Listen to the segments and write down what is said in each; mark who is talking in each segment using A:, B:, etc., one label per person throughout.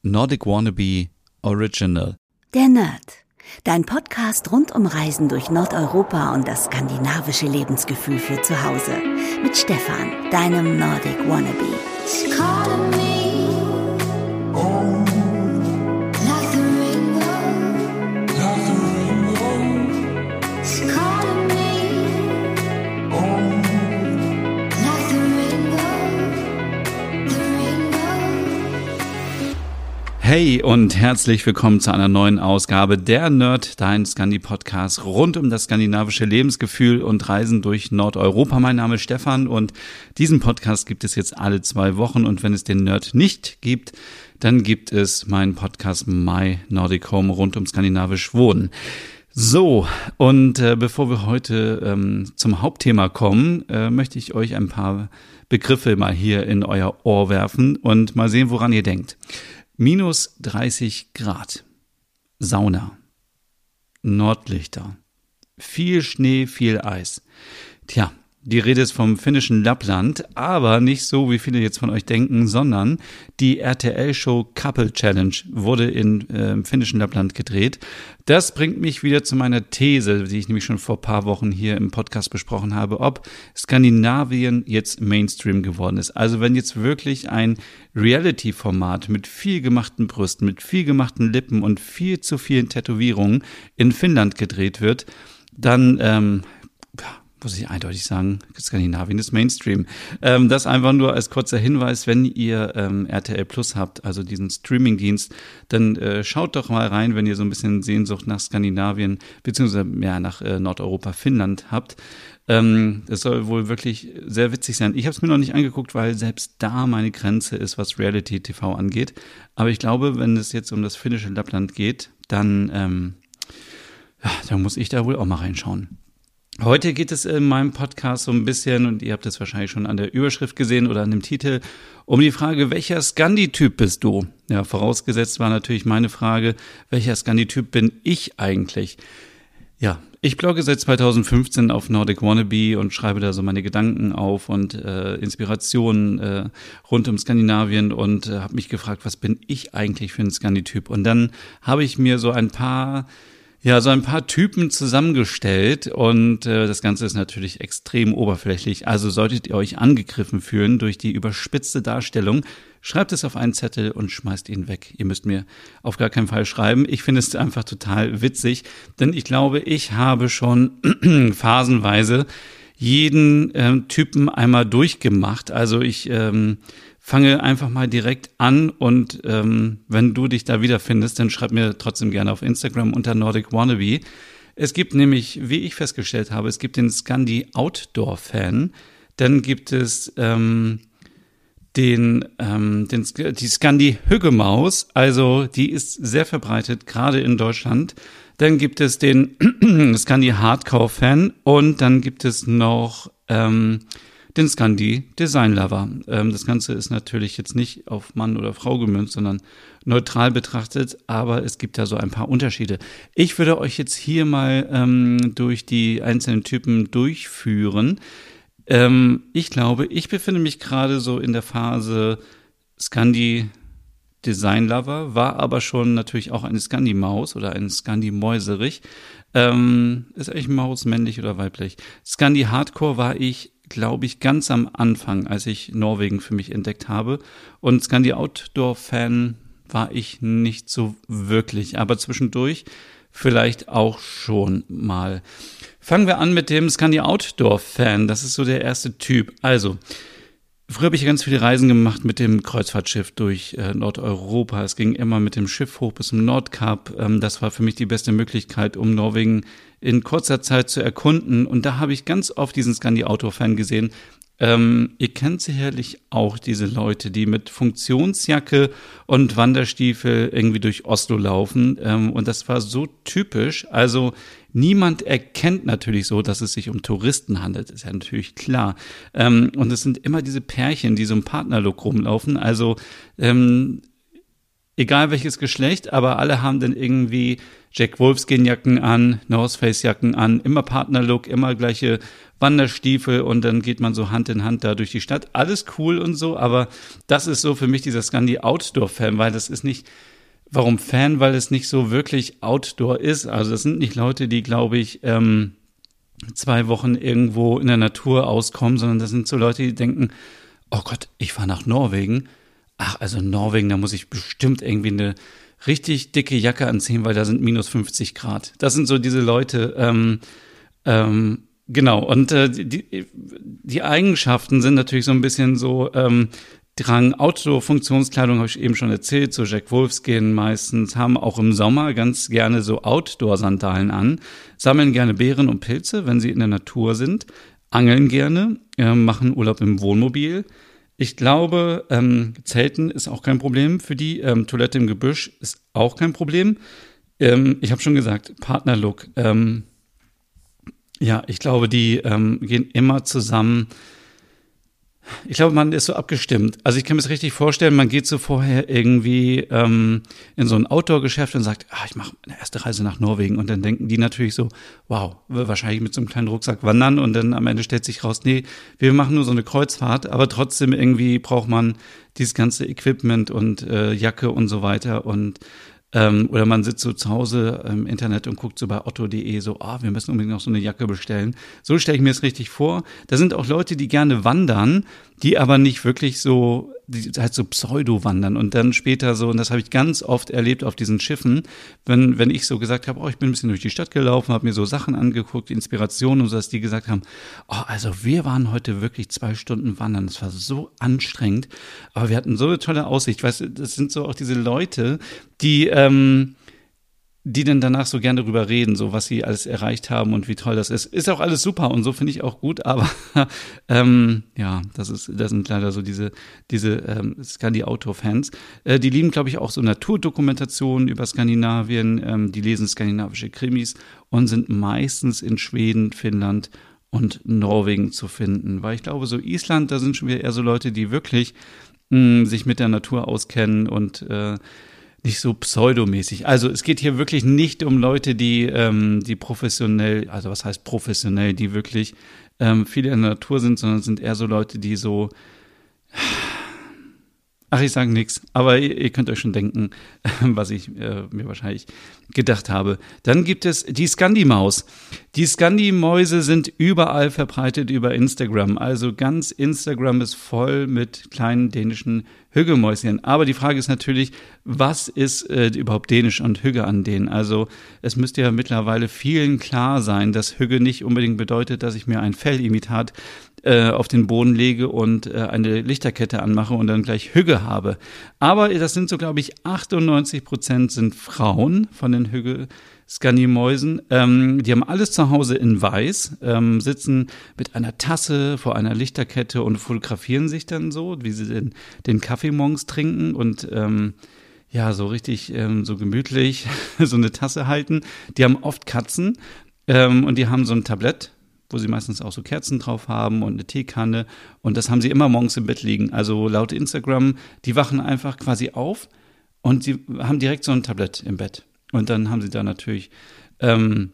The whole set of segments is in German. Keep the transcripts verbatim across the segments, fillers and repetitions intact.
A: Nordic Wannabe Original.
B: Der Nerd. Dein Podcast rund um Reisen durch Nordeuropa und das skandinavische Lebensgefühl für zu Hause. Mit Stefan, deinem Nordic Wannabe.
A: Hey und herzlich willkommen zu einer neuen Ausgabe der Nerd, dein Scandi-Podcast rund um das skandinavische Lebensgefühl und Reisen durch Nordeuropa. Mein Name ist Stefan und diesen Podcast gibt es jetzt alle zwei Wochen und wenn es den Nerd nicht gibt, dann gibt es meinen Podcast My Nordic Home rund um skandinavisch Wohnen. So, und äh, bevor wir heute ähm, zum Hauptthema kommen, äh, möchte ich euch ein paar Begriffe mal hier in euer Ohr werfen und mal sehen, woran ihr denkt. Minus dreißig Grad, Sauna, Nordlichter, viel Schnee, viel Eis. Tja, die Rede ist vom finnischen Lappland, aber nicht so, wie viele jetzt von euch denken, sondern die R T L-Show Couple Challenge wurde in, äh, im finnischen Lappland gedreht. Das bringt mich wieder zu meiner These, die ich nämlich schon vor ein paar Wochen hier im Podcast besprochen habe, ob Skandinavien jetzt Mainstream geworden ist. Also wenn jetzt wirklich ein Reality-Format mit viel gemachten Brüsten, mit viel gemachten Lippen und viel zu vielen Tätowierungen in Finnland gedreht wird, dann ähm, muss ich eindeutig sagen, Skandinavien ist Mainstream. Ähm, das einfach nur als kurzer Hinweis, wenn ihr ähm, R T L Plus habt, also diesen Streaming-Dienst, dann äh, schaut doch mal rein, wenn ihr so ein bisschen Sehnsucht nach Skandinavien, beziehungsweise ja, nach äh, Nordeuropa, Finnland habt. Ähm, das soll wohl wirklich sehr witzig sein. Ich habe es mir noch nicht angeguckt, weil selbst da meine Grenze ist, was Reality-T V angeht. Aber ich glaube, wenn es jetzt um das finnische Lappland geht, dann, ähm, ja, dann muss ich da wohl auch mal reinschauen. Heute geht es in meinem Podcast so ein bisschen, und ihr habt es wahrscheinlich schon an der Überschrift gesehen oder an dem Titel, um die Frage, welcher Skandi-Typ bist du? Ja, vorausgesetzt war natürlich meine Frage, welcher Skandi-Typ bin ich eigentlich? Ja, ich blogge seit zweitausendfünfzehn auf Nordic Wannabe und schreibe da so meine Gedanken auf und äh, Inspirationen äh, rund um Skandinavien und äh, habe mich gefragt, was bin ich eigentlich für ein Skandi-Typ? Und dann habe ich mir so ein paar Ja, so ein paar Typen zusammengestellt und äh, das Ganze ist natürlich extrem oberflächlich. Also solltet ihr euch angegriffen fühlen durch die überspitzte Darstellung, schreibt es auf einen Zettel und schmeißt ihn weg. Ihr müsst mir auf gar keinen Fall schreiben. Ich finde es einfach total witzig, denn ich glaube, ich habe schon phasenweise jeden ähm, Typen einmal durchgemacht. Also ich ähm, fange einfach mal direkt an und ähm, wenn du dich da wiederfindest, dann schreib mir trotzdem gerne auf Instagram unter Nordic Wannabe. Es gibt nämlich, wie ich festgestellt habe, es gibt den Scandi-Outdoor-Fan, dann gibt es ähm, den, ähm, den die Scandi-Hüggemaus, also die ist sehr verbreitet, gerade in Deutschland. Dann gibt es den Scandi-Hardcore-Fan und dann gibt es noch ähm, den Scandi-Design-Lover. Ähm, das Ganze ist natürlich jetzt nicht auf Mann oder Frau gemünzt, sondern neutral betrachtet, aber es gibt da so ein paar Unterschiede. Ich würde euch jetzt hier mal ähm, durch die einzelnen Typen durchführen. Ähm, ich glaube, ich befinde mich gerade so in der Phase Scandi-Design-Lover, war aber schon natürlich auch eine Scandi-Maus oder ein Scandi-Mäuserich. Ähm, ist eigentlich Maus männlich oder weiblich? Scandi-Hardcore war ich, glaube ich, ganz am Anfang, als ich Norwegen für mich entdeckt habe. Und Scandi-Outdoor-Fan war ich nicht so wirklich, aber zwischendurch vielleicht auch schon mal. Fangen wir an mit dem Scandi-Outdoor-Fan. Das ist so der erste Typ. Also, früher habe ich ganz viele Reisen gemacht mit dem Kreuzfahrtschiff durch äh, Nordeuropa. Es ging immer mit dem Schiff hoch bis zum Nordkap. Ähm, das war für mich die beste Möglichkeit, um Norwegen in kurzer Zeit zu erkunden. Und da habe ich ganz oft diesen Scandi-Outdoor-Fan gesehen. Ähm, ihr kennt sicherlich auch diese Leute, die mit Funktionsjacke und Wanderstiefel irgendwie durch Oslo laufen. Ähm, und das war so typisch. Also niemand erkennt natürlich so, dass es sich um Touristen handelt. Ist ja natürlich klar. Ähm, und es sind immer diese Pärchen, die so im Partnerlook rumlaufen. Also ähm, egal welches Geschlecht, aber alle haben dann irgendwie Jack Wolfskin-Jacken an, North Face-Jacken an, immer Partnerlook, immer gleiche Wanderstiefel und dann geht man so Hand in Hand da durch die Stadt. Alles cool und so, aber das ist so für mich dieser Scandi-Outdoor-Fan, weil das ist nicht, warum Fan? Weil es nicht so wirklich Outdoor ist. Also das sind nicht Leute, die, glaube ich, ähm, zwei Wochen irgendwo in der Natur auskommen, sondern das sind so Leute, die denken, oh Gott, ich fahre nach Norwegen. Ach, also Norwegen, da muss ich bestimmt irgendwie eine richtig dicke Jacke anziehen, weil da sind minus fünfzig Grad. Das sind so diese Leute, ähm, ähm, genau. Und äh, die, die Eigenschaften sind natürlich so ein bisschen so ähm, Drang, Outdoor-Funktionskleidung habe ich eben schon erzählt, so Jack Wolfskin meistens, haben auch im Sommer ganz gerne so Outdoor-Sandalen an, sammeln gerne Beeren und Pilze, wenn sie in der Natur sind, angeln gerne, äh, machen Urlaub im Wohnmobil. Ich glaube, ähm, Zelten ist auch kein Problem für die. Ähm, Toilette im Gebüsch ist auch kein Problem. Ähm, ich habe schon gesagt, Partnerlook. Ähm, ja, ich glaube, die ähm, gehen immer zusammen. Ich glaube, man ist so abgestimmt. Also ich kann mir das richtig vorstellen, man geht so vorher irgendwie ähm, in so ein Outdoor-Geschäft und sagt, ah, ich mache eine erste Reise nach Norwegen. Und dann denken die natürlich so, wow, wahrscheinlich mit so einem kleinen Rucksack wandern. Und dann am Ende stellt sich raus, nee, wir machen nur so eine Kreuzfahrt. Aber trotzdem irgendwie braucht man dieses ganze Equipment und äh, Jacke und so weiter. Und Ähm, oder man sitzt so zu Hause im Internet und guckt so bei otto punkt de so, ah, wir müssen unbedingt noch so eine Jacke bestellen. So stelle ich mir das richtig vor. Da sind auch Leute, die gerne wandern, die aber nicht wirklich so, die halt so Pseudo-wandern und dann später so, und das habe ich ganz oft erlebt auf diesen Schiffen, wenn wenn ich so gesagt habe, oh, ich bin ein bisschen durch die Stadt gelaufen, habe mir so Sachen angeguckt, Inspirationen und so, dass die gesagt haben, oh, also wir waren heute wirklich zwei Stunden wandern, das war so anstrengend, aber wir hatten so eine tolle Aussicht. Weißt du, das sind so auch diese Leute, die ähm, die dann danach so gerne darüber reden, so was sie alles erreicht haben und wie toll das ist. Ist auch alles super und so finde ich auch gut, aber ähm, ja, das ist, das sind leider so diese diese ähm, Scandi-Outdoor-Fans. Äh, die lieben, glaube ich, auch so Naturdokumentationen über Skandinavien, ähm, die lesen skandinavische Krimis und sind meistens in Schweden, Finnland und Norwegen zu finden. Weil ich glaube, so Island, da sind schon wieder eher so Leute, die wirklich mh, sich mit der Natur auskennen und äh, nicht so pseudomäßig. Also es geht hier wirklich nicht um Leute, die ähm, die professionell, also was heißt professionell, die wirklich ähm, viel in der Natur sind, sondern sind eher so Leute, die so, ach, ich sage nichts, aber ihr, ihr könnt euch schon denken, was ich äh, mir wahrscheinlich gedacht habe. Dann gibt es die Scandi-Maus. Die Scandi-Mäuse sind überall verbreitet über Instagram. Also ganz Instagram ist voll mit kleinen dänischen Hüggemäuschen. Aber die Frage ist natürlich, was ist äh, überhaupt dänisch und Hügge an denen? Also es müsste ja mittlerweile vielen klar sein, dass Hügge nicht unbedingt bedeutet, dass ich mir ein Fellimitat äh, auf den Boden lege und äh, eine Lichterkette anmache und dann gleich Hügge habe. Aber das sind so, glaube ich, achtundneunzig Prozent sind Frauen von den Hügge Scandi-Mäusen. Ähm, die haben alles zu Hause in weiß, ähm, sitzen mit einer Tasse vor einer Lichterkette und fotografieren sich dann so, wie sie den, den Kaffee morgens trinken und ähm, ja, so richtig ähm, so gemütlich so eine Tasse halten. Die haben oft Katzen ähm, und die haben so ein Tablett, wo sie meistens auch so Kerzen drauf haben und eine Teekanne und das haben sie immer morgens im Bett liegen. Also laut Instagram, die wachen einfach quasi auf und sie haben direkt so ein Tablett im Bett. Und dann haben sie da natürlich ähm,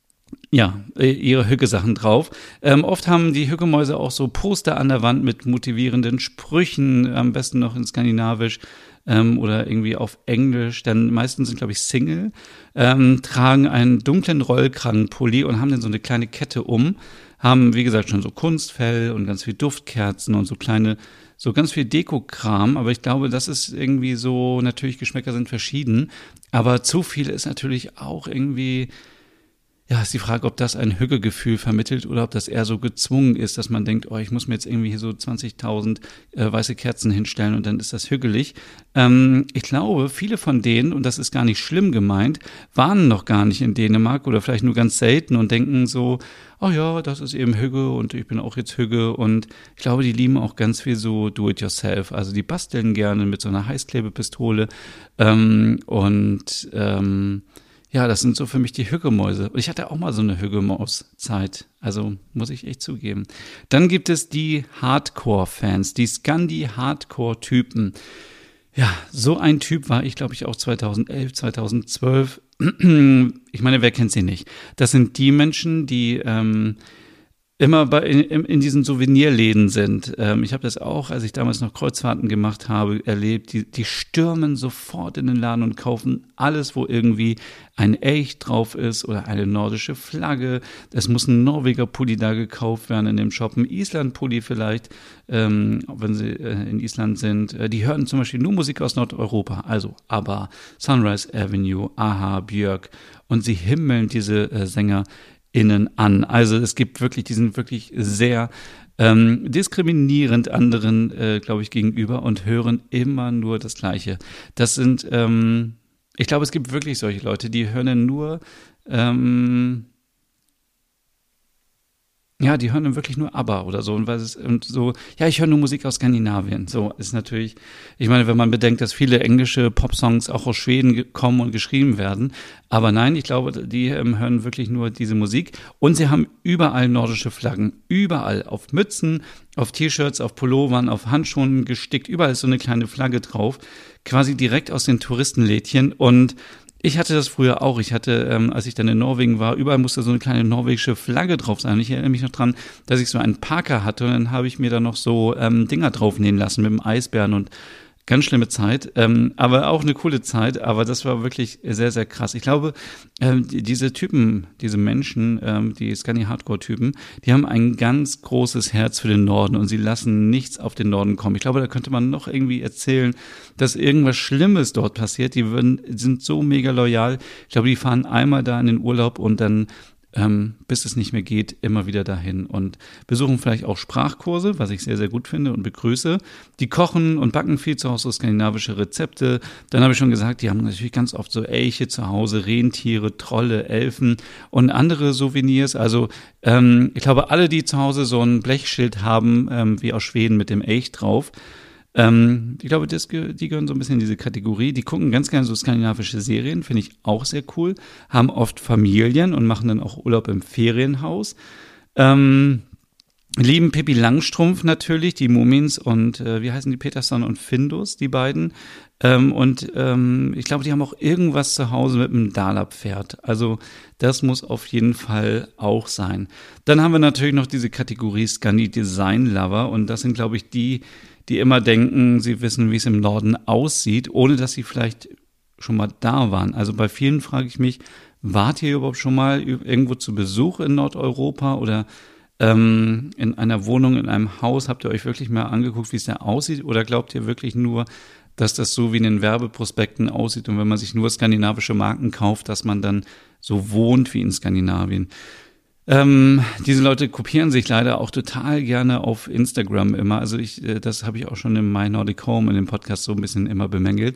A: ja, ihre Hügge-Sachen drauf. Ähm, oft haben die Hüggemäuse auch so Poster an der Wand mit motivierenden Sprüchen, am besten noch in Skandinavisch ähm, oder irgendwie auf Englisch. Dann meistens sind, glaube ich, Single, ähm, tragen einen dunklen Rollkragenpulli und haben dann so eine kleine Kette um. Haben, wie gesagt, schon so Kunstfell und ganz viel Duftkerzen und so kleine, so ganz viel Dekokram. Aber ich glaube, das ist irgendwie so, natürlich Geschmäcker sind verschieden. Aber zu viel ist natürlich auch irgendwie, ja, ist die Frage, ob das ein Hüggegefühl vermittelt oder ob das eher so gezwungen ist, dass man denkt, oh, ich muss mir jetzt irgendwie hier so zwanzigtausend äh, weiße Kerzen hinstellen und dann ist das hügelig. Ähm, ich glaube, viele von denen, und das ist gar nicht schlimm gemeint, waren noch gar nicht in Dänemark oder vielleicht nur ganz selten und denken so, oh ja, das ist eben Hügge und ich bin auch jetzt Hügge und ich glaube, die lieben auch ganz viel so do-it-yourself. Also die basteln gerne mit so einer Heißklebepistole ähm, und ähm, ja, das sind so für mich die Hüggemäuse. Und ich hatte auch mal so eine Hüggemaus-Zeit. Also muss ich echt zugeben. Dann gibt es die Hardcore-Fans, die Scandi-Hardcore-Typen. Ja, so ein Typ war ich, glaube ich, auch zweitausendelf, zweitausendzwölf. Ich meine, wer kennt sie nicht? Das sind die Menschen, die ähm, immer bei, in, in diesen Souvenirläden sind. Ähm, ich habe das auch, als ich damals noch Kreuzfahrten gemacht habe, erlebt. Die, die stürmen sofort in den Laden und kaufen alles, wo irgendwie ein Elch drauf ist oder eine nordische Flagge. Es muss ein Norweger Pulli da gekauft werden in dem Shop, ein Island Pulli vielleicht, ähm, wenn sie äh, in Island sind. Äh, die hören zum Beispiel nur Musik aus Nordeuropa, also ABBA, Sunrise Avenue, a-ha, Björk, und sie himmeln diese äh, Sänger innen an. Also es gibt wirklich, die sind wirklich sehr ähm, diskriminierend anderen, äh, glaube ich, gegenüber und hören immer nur das Gleiche. Das sind, ähm, ich glaube, es gibt wirklich solche Leute, die hören dann nur, ähm, ja, die hören dann wirklich nur ABBA oder so und, weil es, und so, ja, ich höre nur Musik aus Skandinavien. So ist natürlich, ich meine, wenn man bedenkt, dass viele englische Popsongs auch aus Schweden ge- kommen und geschrieben werden, aber nein, ich glaube, die ähm, hören wirklich nur diese Musik und sie haben überall nordische Flaggen, überall auf Mützen, auf T-Shirts, auf Pullovern, auf Handschuhen gestickt, überall ist so eine kleine Flagge drauf, quasi direkt aus den Touristenlädchen. Und ich hatte das früher auch. Ich hatte, ähm, als ich dann in Norwegen war, überall musste so eine kleine norwegische Flagge drauf sein. Und ich erinnere mich noch dran, dass ich so einen Parker hatte und dann habe ich mir da noch so ähm, Dinger draufnähen lassen mit dem Eisbären und ganz schlimme Zeit, ähm, aber auch eine coole Zeit, aber das war wirklich sehr, sehr krass. Ich glaube, ähm, die, diese Typen, diese Menschen, ähm, die Scandi-Hardcore-Typen, die haben ein ganz großes Herz für den Norden und sie lassen nichts auf den Norden kommen. Ich glaube, da könnte man noch irgendwie erzählen, dass irgendwas Schlimmes dort passiert. Die würden, sind so mega loyal. Ich glaube, die fahren einmal da in den Urlaub und dann Ähm, bis es nicht mehr geht, immer wieder dahin und besuchen vielleicht auch Sprachkurse, was ich sehr, sehr gut finde und begrüße. Die kochen und backen viel zu Hause so skandinavische Rezepte. Dann habe ich schon gesagt, die haben natürlich ganz oft so Elche zu Hause, Rentiere, Trolle, Elfen und andere Souvenirs. Also ähm, ich glaube, alle, die zu Hause so ein Blechschild haben, ähm, wie aus Schweden mit dem Elch drauf, Ähm, ich glaube, das, die gehören so ein bisschen in diese Kategorie. Die gucken ganz gerne so skandinavische Serien, finde ich auch sehr cool. Haben oft Familien und machen dann auch Urlaub im Ferienhaus. Ähm, lieben Pippi Langstrumpf natürlich, die Mumins und äh, wie heißen die, Peterson und Findus, die beiden. Ähm, und ähm, ich glaube, die haben auch irgendwas zu Hause mit einem Dala-Pferd. Also das muss auf jeden Fall auch sein. Dann haben wir natürlich noch diese Kategorie Scandi Design Lover und das sind, glaube ich, die, die immer denken, sie wissen, wie es im Norden aussieht, ohne dass sie vielleicht schon mal da waren. Also bei vielen frage ich mich, wart ihr überhaupt schon mal irgendwo zu Besuch in Nordeuropa oder ähm, in einer Wohnung, in einem Haus? Habt ihr euch wirklich mal angeguckt, wie es da aussieht? Oder glaubt ihr wirklich nur, dass das so wie in den Werbeprospekten aussieht und wenn man sich nur skandinavische Marken kauft, dass man dann so wohnt wie in Skandinavien? Ähm, diese Leute kopieren sich leider auch total gerne auf Instagram immer. Also ich, das habe ich auch schon in My Nordic Home in dem Podcast so ein bisschen immer bemängelt,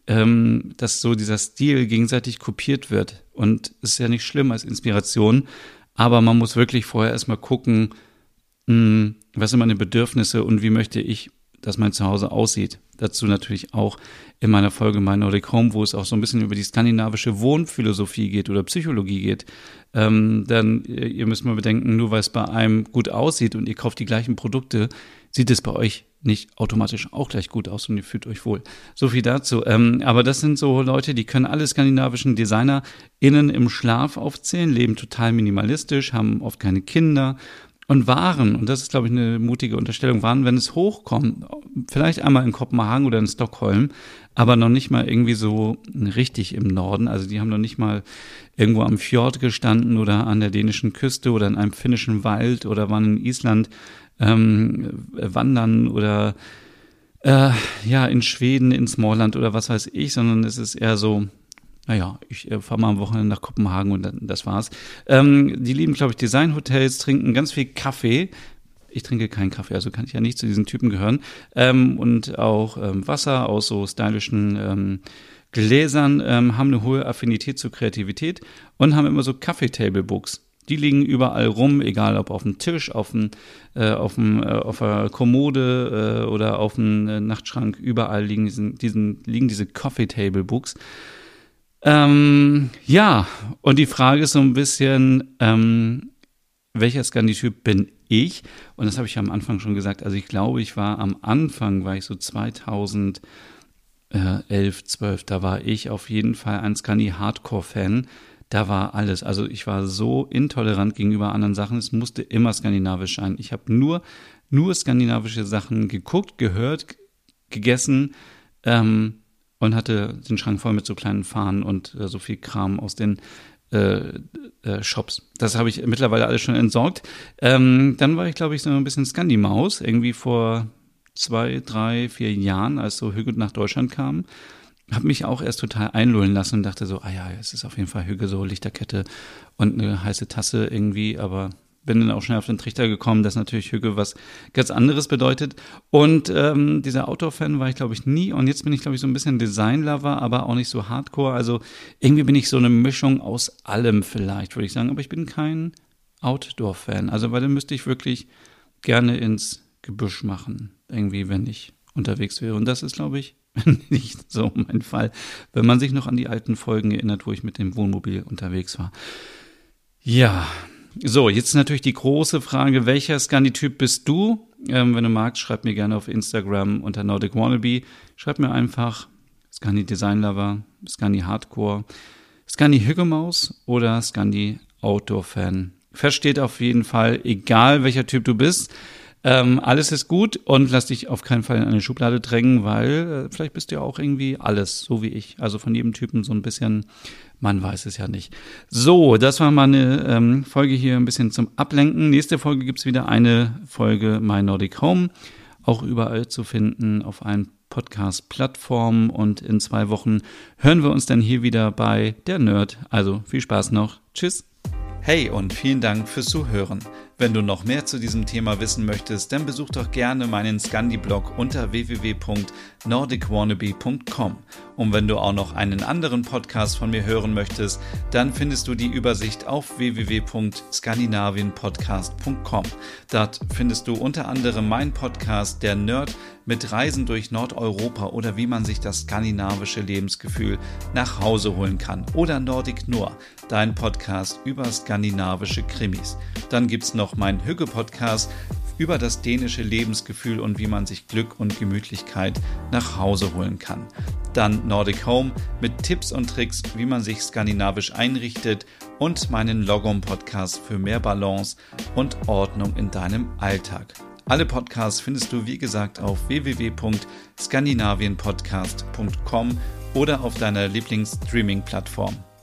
A: ähm, dass so dieser Stil gegenseitig kopiert wird. Und es ist ja nicht schlimm als Inspiration, aber man muss wirklich vorher erstmal gucken, mh, was sind meine Bedürfnisse und wie möchte ich, dass mein Zuhause aussieht. Dazu natürlich auch in meiner Folge My Nordic Home, wo es auch so ein bisschen über die skandinavische Wohnphilosophie geht oder Psychologie geht. Ähm, dann, ihr müsst mal bedenken, nur weil es bei einem gut aussieht und ihr kauft die gleichen Produkte, sieht es bei euch nicht automatisch auch gleich gut aus und ihr fühlt euch wohl. So viel dazu. Ähm, aber das sind so Leute, die können alle skandinavischen DesignerInnen im Schlaf aufzählen, leben total minimalistisch, haben oft keine Kinder und waren, und das ist, glaube ich, eine mutige Unterstellung, waren, wenn es hochkommt, vielleicht einmal in Kopenhagen oder in Stockholm, aber noch nicht mal irgendwie so richtig im Norden. Also die haben noch nicht mal irgendwo am Fjord gestanden oder an der dänischen Küste oder in einem finnischen Wald oder waren in Island ähm, wandern oder äh, ja in Schweden, in Småland oder was weiß ich, sondern es ist eher so, naja, ich äh, fahre mal am Wochenende nach Kopenhagen und dann, das war's. Ähm, die lieben, glaube ich, Designhotels, trinken ganz viel Kaffee. Ich trinke keinen Kaffee, also kann ich ja nicht zu diesen Typen gehören. Ähm, und auch ähm, Wasser aus so stylischen ähm, Gläsern, ähm, haben eine hohe Affinität zur Kreativität und haben immer so Kaffee-Table-Books. Die liegen überall rum, egal ob auf dem Tisch, auf dem, äh, auf dem, äh, auf der Kommode äh, oder auf dem äh, Nachtschrank. Überall liegen, diesen, diesen, liegen diese Coffee-Table-Books. Ähm, ja, und die Frage ist so ein bisschen, ähm, welcher Scandi-Typ bin ich? Und das habe ich ja am Anfang schon gesagt. Also ich glaube, ich war am Anfang, war ich so zweitausend, äh, elf, zwölf, da war ich auf jeden Fall ein Scandi-Hardcore-Fan. Da war alles. Also ich war so intolerant gegenüber anderen Sachen. Es musste immer skandinavisch sein. Ich habe nur, nur skandinavische Sachen geguckt, gehört, g- gegessen ähm, und hatte den Schrank voll mit so kleinen Fahnen und äh, so viel Kram aus den äh, äh, Shops. Das habe ich mittlerweile alles schon entsorgt. Ähm, dann war ich, glaube ich, so ein bisschen Scandi-Maus. Irgendwie vor zwei, drei, vier Jahren, als so Hügge nach Deutschland kam. Habe mich auch erst total einlullen lassen und dachte so, ah ja, es ist auf jeden Fall Hügge, so Lichterkette und eine heiße Tasse irgendwie, aber bin dann auch schnell auf den Trichter gekommen, dass natürlich Hügge was ganz anderes bedeutet. Und ähm, dieser Outdoor-Fan war ich, glaube ich, nie. Und jetzt bin ich, glaube ich, so ein bisschen Design-Lover, aber auch nicht so Hardcore. Also irgendwie bin ich so eine Mischung aus allem vielleicht, würde ich sagen. Aber ich bin kein Outdoor-Fan. Also weil dann müsste ich wirklich gerne ins Gebüsch machen, irgendwie, wenn ich unterwegs wäre. Und das ist, glaube ich, nicht so mein Fall, wenn man sich noch an die alten Folgen erinnert, wo ich mit dem Wohnmobil unterwegs war. Ja, so, jetzt natürlich die große Frage, welcher Scandi-Typ bist du? Ähm, wenn du magst, schreib mir gerne auf Instagram unter Nordic Wannabe. Schreib mir einfach Scandi Design Lover, Scandi Hardcore, Scandi Hüggemaus oder Scandi Outdoor Fan. Versteht auf jeden Fall, egal welcher Typ du bist. Ähm, alles ist gut und lass dich auf keinen Fall in eine Schublade drängen, weil äh, vielleicht bist du ja auch irgendwie alles, so wie ich. Also von jedem Typen so ein bisschen, man weiß es ja nicht. So, das war mal eine ähm, Folge hier ein bisschen zum Ablenken. Nächste Folge gibt's wieder eine Folge My Nordic Home, auch überall zu finden auf allen Podcast-Plattformen und in zwei Wochen hören wir uns dann hier wieder bei der Nerd. Also viel Spaß noch. Tschüss. Hey und vielen Dank fürs Zuhören. Wenn du noch mehr zu diesem Thema wissen möchtest, dann besuch doch gerne meinen Scandi-Blog unter w w w punkt nordic wannabe punkt com. Und wenn du auch noch einen anderen Podcast von mir hören möchtest, dann findest du die Übersicht auf w w w punkt skandinavien podcast punkt com. Dort findest du unter anderem meinen Podcast Der Nerd mit Reisen durch Nordeuropa oder wie man sich das skandinavische Lebensgefühl nach Hause holen kann. Oder Nordic Noir, dein Podcast über skandinavische Krimis. Dann gibt's noch meinen Hügge-Podcast über das dänische Lebensgefühl und wie man sich Glück und Gemütlichkeit nach Hause holen kann. Dann Nordic Home mit Tipps und Tricks, wie man sich skandinavisch einrichtet und meinen Logom-Podcast für mehr Balance und Ordnung in deinem Alltag. Alle Podcasts findest du, wie gesagt, auf w w w punkt skandinavien podcast punkt com oder auf deiner Lieblings-Streaming-Plattform.